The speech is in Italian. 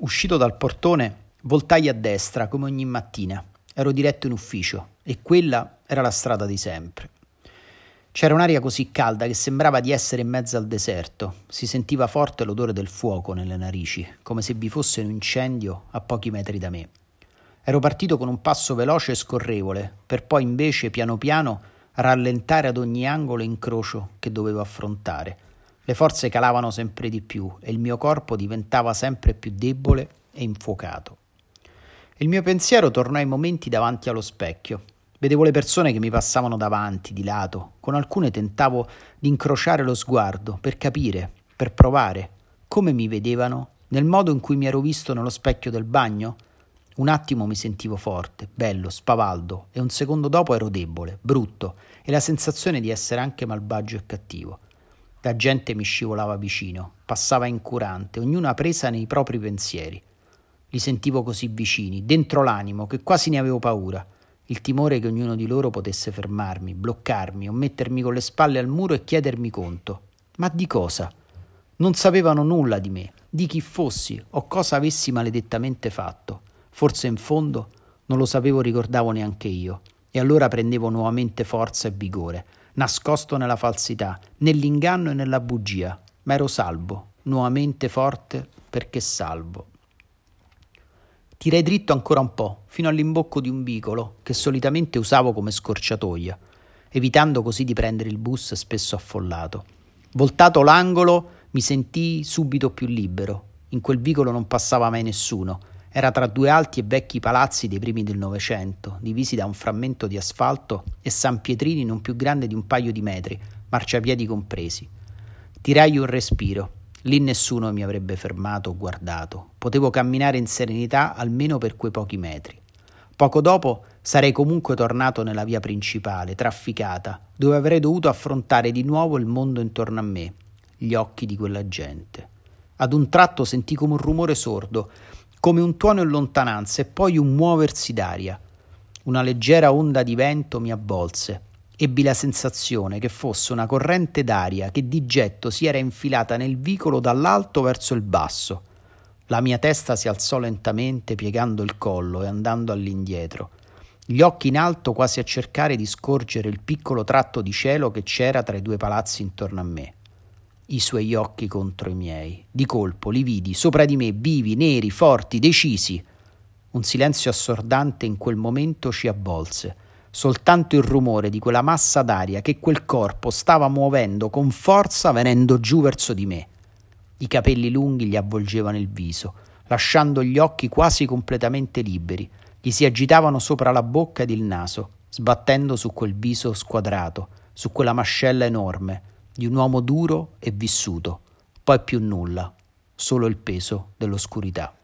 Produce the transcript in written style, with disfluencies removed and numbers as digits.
Uscito dal portone, voltai a destra come ogni mattina. Ero diretto in ufficio e quella era la strada di sempre. C'era un'aria così calda che sembrava di essere in mezzo al deserto. Si sentiva forte l'odore del fuoco nelle narici, come se vi fosse un incendio a pochi metri da me. Ero partito con un passo veloce e scorrevole, per poi invece piano piano rallentare ad ogni angolo e incrocio che dovevo affrontare. Le forze calavano sempre di più e il mio corpo diventava sempre più debole e infuocato. Il mio pensiero tornò ai momenti davanti allo specchio. Vedevo le persone che mi passavano davanti, di lato. Con alcune tentavo di incrociare lo sguardo per capire, per provare come mi vedevano nel modo in cui mi ero visto nello specchio del bagno. Un attimo mi sentivo forte, bello, spavaldo e un secondo dopo ero debole, brutto e la sensazione di essere anche malvagio e cattivo. La gente mi scivolava vicino, passava incurante, ognuna presa nei propri pensieri. Li sentivo così vicini, dentro l'animo, che quasi ne avevo paura. Il timore che ognuno di loro potesse fermarmi, bloccarmi o mettermi con le spalle al muro e chiedermi conto. Ma di cosa? Non sapevano nulla di me, di chi fossi o cosa avessi maledettamente fatto. Forse in fondo non lo sapevo, ricordavo neanche io. E allora prendevo nuovamente forza e vigore, nascosto nella falsità, nell'inganno e nella bugia, ma ero salvo, nuovamente forte perché salvo. Tirai dritto ancora un po', fino all'imbocco di un vicolo che solitamente usavo come scorciatoia, evitando così di prendere il bus spesso affollato. Voltato l'angolo mi sentii subito più libero. In quel vicolo non passava mai nessuno. Era tra due alti e vecchi palazzi dei primi del Novecento, divisi da un frammento di asfalto e San Pietrini non più grande di un paio di metri, marciapiedi compresi. Tirai un respiro. Lì nessuno mi avrebbe fermato o guardato. Potevo camminare in serenità almeno per quei pochi metri. Poco dopo sarei comunque tornato nella via principale, trafficata, dove avrei dovuto affrontare di nuovo il mondo intorno a me, gli occhi di quella gente. Ad un tratto sentii come un rumore sordo, come un tuono in lontananza e poi un muoversi d'aria. Una leggera onda di vento mi avvolse. Ebbi la sensazione che fosse una corrente d'aria che di getto si era infilata nel vicolo dall'alto verso il basso. La mia testa si alzò lentamente piegando il collo e andando all'indietro, gli occhi in alto quasi a cercare di scorgere il piccolo tratto di cielo che c'era tra i due palazzi intorno a me. I suoi occhi contro i miei. Di colpo li vidi sopra di me, vivi, neri, forti, decisi. Un silenzio assordante in quel momento ci avvolse. Soltanto il rumore di quella massa d'aria che quel corpo stava muovendo con forza venendo giù verso di me. I capelli lunghi gli avvolgevano il viso, lasciando gli occhi quasi completamente liberi. Gli si agitavano sopra la bocca ed il naso, sbattendo su quel viso squadrato, su quella mascella enorme, di un uomo duro e vissuto. Poi più nulla, solo il peso dell'oscurità.